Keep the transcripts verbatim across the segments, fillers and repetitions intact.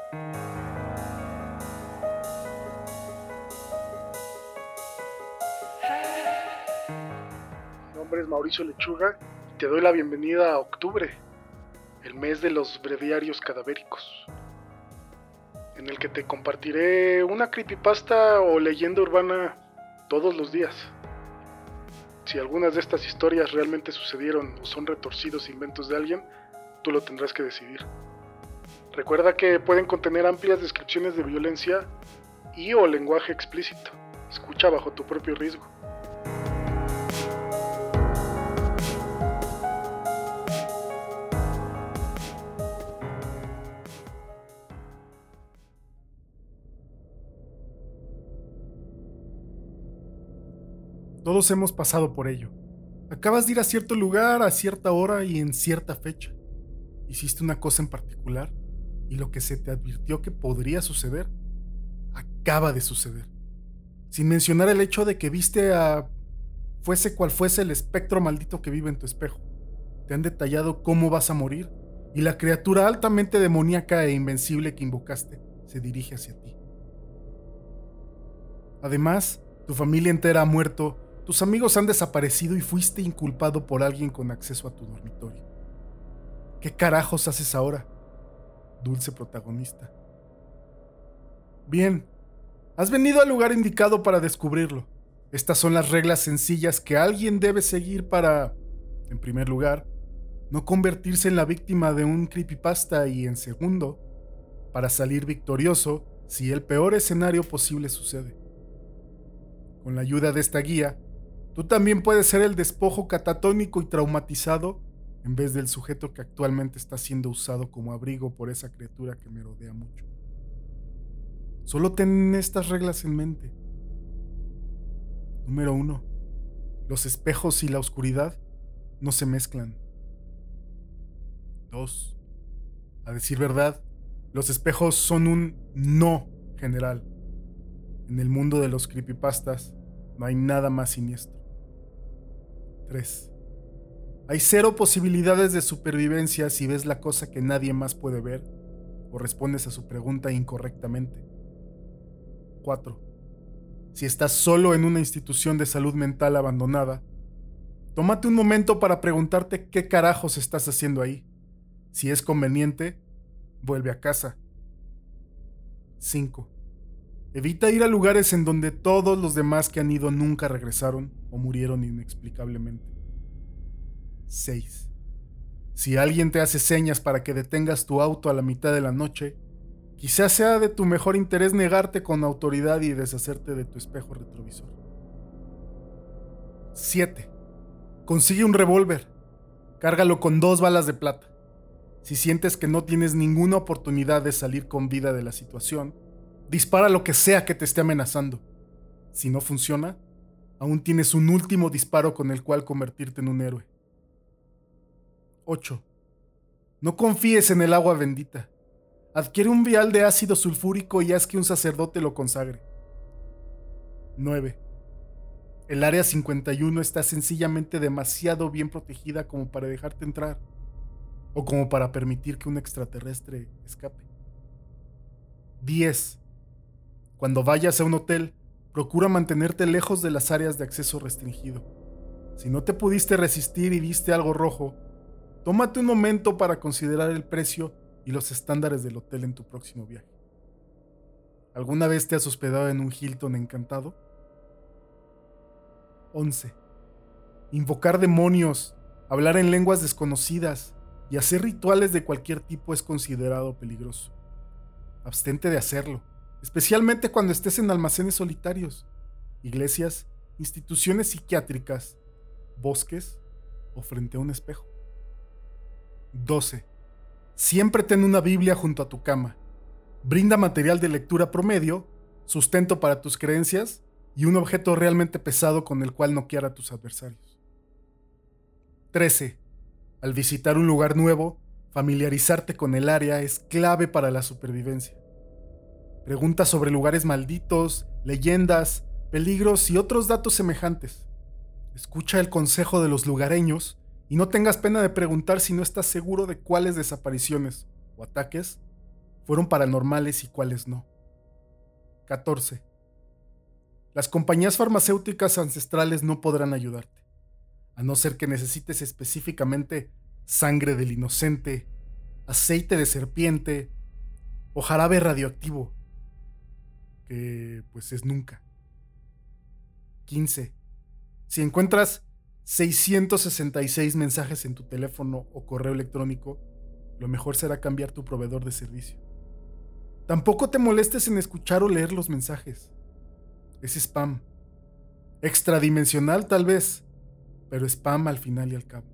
Mi nombre es Mauricio Lechuga y te doy la bienvenida a octubre, el mes de los breviarios cadavéricos, en el que te compartiré una creepypasta o leyenda urbana todos los días. Si algunas de estas historias realmente sucedieron o son retorcidos inventos de alguien, tú lo tendrás que decidir. Recuerda que pueden contener amplias descripciones de violencia y o lenguaje explícito. Escucha bajo tu propio riesgo. Todos hemos pasado por ello. Acabas de ir a cierto lugar, a cierta hora y en cierta fecha. Hiciste una cosa en particular y lo que se te advirtió que podría suceder, acaba de suceder. Sin mencionar el hecho de que viste a... fuese cual fuese el espectro maldito que vive en tu espejo. Te han detallado cómo vas a morir y la criatura altamente demoníaca e invencible que invocaste se dirige hacia ti. Además, tu familia entera ha muerto. Tus amigos han desaparecido y fuiste inculpado por alguien con acceso a tu dormitorio. ¿Qué carajos haces ahora, dulce protagonista? Bien, has venido al lugar indicado para descubrirlo. Estas son las reglas sencillas que alguien debe seguir para, en primer lugar, no convertirse en la víctima de un creepypasta y, en segundo, para salir victorioso si el peor escenario posible sucede. Con la ayuda de esta guía, tú también puedes ser el despojo catatónico y traumatizado en vez del sujeto que actualmente está siendo usado como abrigo por esa criatura que merodea mucho. Solo ten estas reglas en mente. Número uno. Los espejos y la oscuridad no se mezclan. Dos. A decir verdad, los espejos son un no general. En el mundo de los creepypastas no hay nada más siniestro. tres. Hay cero posibilidades de supervivencia si ves la cosa que nadie más puede ver o respondes a su pregunta incorrectamente. cuatro. Si estás solo en una institución de salud mental abandonada, tómate un momento para preguntarte qué carajos estás haciendo ahí. Si es conveniente, vuelve a casa. cinco. Evita ir a lugares en donde todos los demás que han ido nunca regresaron o murieron inexplicablemente. seis. Si alguien te hace señas para que detengas tu auto a la mitad de la noche, quizás sea de tu mejor interés negarte con autoridad y deshacerte de tu espejo retrovisor. siete. Consigue un revólver. Cárgalo con dos balas de plata. Si sientes que no tienes ninguna oportunidad de salir con vida de la situación, dispara lo que sea que te esté amenazando. Si no funciona, aún tienes un último disparo con el cual convertirte en un héroe. ocho. No confíes en el agua bendita. Adquiere un vial de ácido sulfúrico y haz que un sacerdote lo consagre. nueve. El área cincuenta y uno está sencillamente demasiado bien protegida como para dejarte entrar, o como para permitir que un extraterrestre escape. diez. Cuando vayas a un hotel, procura mantenerte lejos de las áreas de acceso restringido. Si no te pudiste resistir y viste algo rojo, tómate un momento para considerar el precio y los estándares del hotel en tu próximo viaje. ¿Alguna vez te has hospedado en un Hilton encantado? once. Invocar demonios, hablar en lenguas desconocidas y hacer rituales de cualquier tipo es considerado peligroso. Abstente de hacerlo, especialmente cuando estés en almacenes solitarios, iglesias, instituciones psiquiátricas, bosques o frente a un espejo. doce. Siempre ten una Biblia junto a tu cama. Brinda material de lectura promedio, sustento para tus creencias y un objeto realmente pesado con el cual noquear a tus adversarios. trece. Al visitar un lugar nuevo, familiarizarte con el área es clave para la supervivencia. Pregunta sobre lugares malditos, leyendas, peligros y otros datos semejantes. Escucha el consejo de los lugareños y no tengas pena de preguntar si no estás seguro de cuáles desapariciones o ataques fueron paranormales y cuáles no. catorce. Las compañías farmacéuticas ancestrales no podrán ayudarte, a no ser que necesites específicamente sangre del inocente, aceite de serpiente o jarabe radioactivo, que pues es nunca. quince. Si encuentras seiscientos sesenta y seis mensajes en tu teléfono o correo electrónico, lo mejor será cambiar tu proveedor de servicio. Tampoco te molestes en escuchar o leer los mensajes. Es spam. Extradimensional tal vez, pero spam al final y al cabo.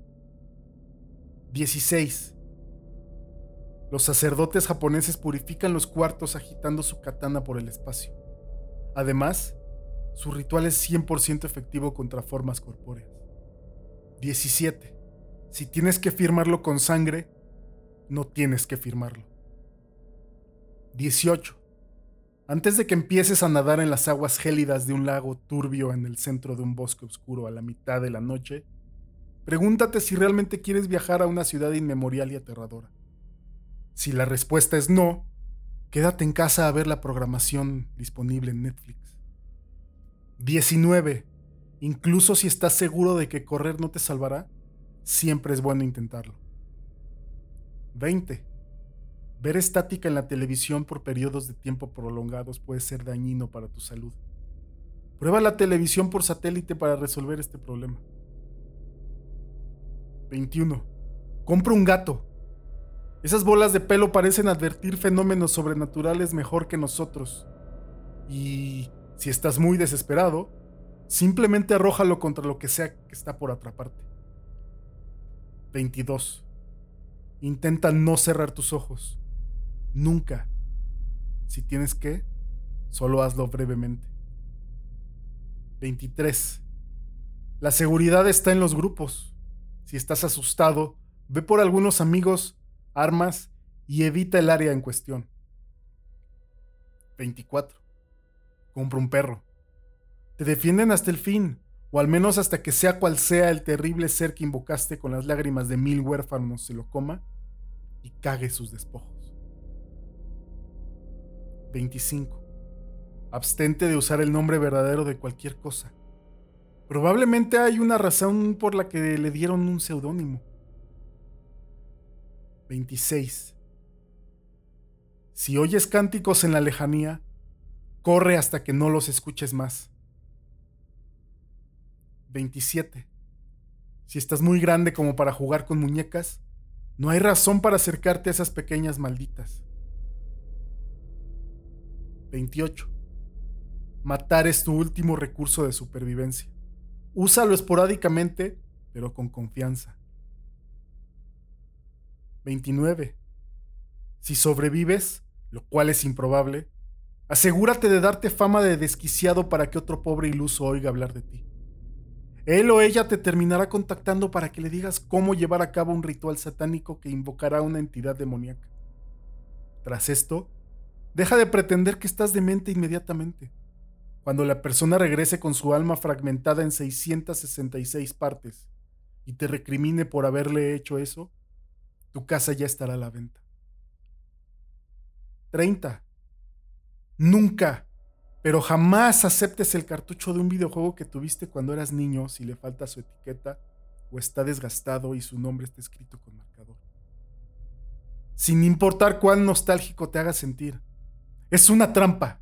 dieciséis. Los sacerdotes japoneses purifican los cuartos agitando su katana por el espacio. Además, su ritual es cien por ciento efectivo contra formas corpóreas. diecisiete. Si tienes que firmarlo con sangre, no tienes que firmarlo. dieciocho. Antes de que empieces a nadar en las aguas gélidas de un lago turbio en el centro de un bosque oscuro a la mitad de la noche, pregúntate si realmente quieres viajar a una ciudad inmemorial y aterradora. Si la respuesta es no, quédate en casa a ver la programación disponible en Netflix. diecinueve. Incluso si estás seguro de que correr no te salvará, siempre es bueno intentarlo. veinte. Ver estática en la televisión por periodos de tiempo prolongados puede ser dañino para tu salud. Prueba la televisión por satélite para resolver este problema. veintiuno. Compra un gato. Esas bolas de pelo parecen advertir fenómenos sobrenaturales mejor que nosotros. Y si estás muy desesperado, simplemente arrójalo contra lo que sea que está por atraparte. veintidós. Intenta no cerrar tus ojos. Nunca. Si tienes que, solo hazlo brevemente. veintitrés. La seguridad está en los grupos. Si estás asustado, ve por algunos amigos, armas y evita el área en cuestión. veinticuatro. Compra un perro. Te defienden hasta el fin, o al menos hasta que sea cual sea el terrible ser que invocaste con las lágrimas de mil huérfanos se lo coma y cague sus despojos. veinticinco. Abstente de usar el nombre verdadero de cualquier cosa. Probablemente hay una razón por la que le dieron un seudónimo. veintiséis. Si oyes cánticos en la lejanía, corre hasta que no los escuches más. veintisiete. Si estás muy grande como para jugar con muñecas, no hay razón para acercarte a esas pequeñas malditas. veintiocho. Matar es tu último recurso de supervivencia. Úsalo esporádicamente, pero con confianza. veintinueve. Si sobrevives, lo cual es improbable, asegúrate de darte fama de desquiciado para que otro pobre iluso oiga hablar de ti. Él o ella te terminará contactando para que le digas cómo llevar a cabo un ritual satánico que invocará a una entidad demoníaca. Tras esto, deja de pretender que estás demente inmediatamente. Cuando la persona regrese con su alma fragmentada en seiscientas sesenta y seis partes y te recrimine por haberle hecho eso, tu casa ya estará a la venta. treinta. Nunca, pero jamás aceptes el cartucho de un videojuego que tuviste cuando eras niño si le falta su etiqueta o está desgastado y su nombre está escrito con marcador. Sin importar cuán nostálgico te haga sentir, es una trampa.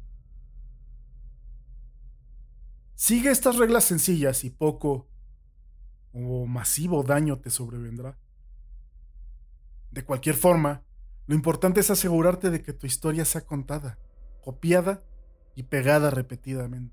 Sigue estas reglas sencillas y poco o masivo daño te sobrevendrá. De cualquier forma, lo importante es asegurarte de que tu historia sea contada, copiada y pegada repetidamente.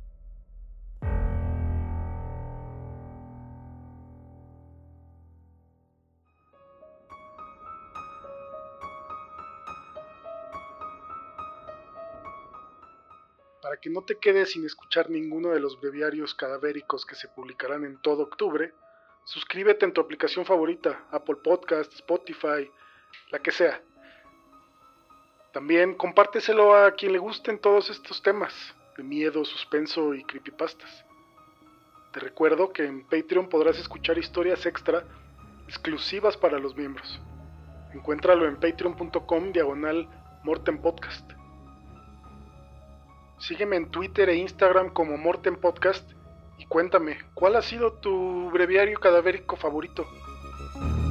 Para que no te quedes sin escuchar ninguno de los breviarios cadavéricos que se publicarán en todo octubre, suscríbete en tu aplicación favorita, Apple Podcasts, Spotify, la que sea. También compárteselo a quien le gusten todos estos temas de miedo, suspenso y creepypastas. Te recuerdo que en Patreon podrás escuchar historias extra exclusivas para los miembros. Encuéntralo en patreon.com diagonal Morten Podcast. Sígueme en Twitter e Instagram como Morten Podcast y cuéntame, ¿cuál ha sido tu breviario cadavérico favorito?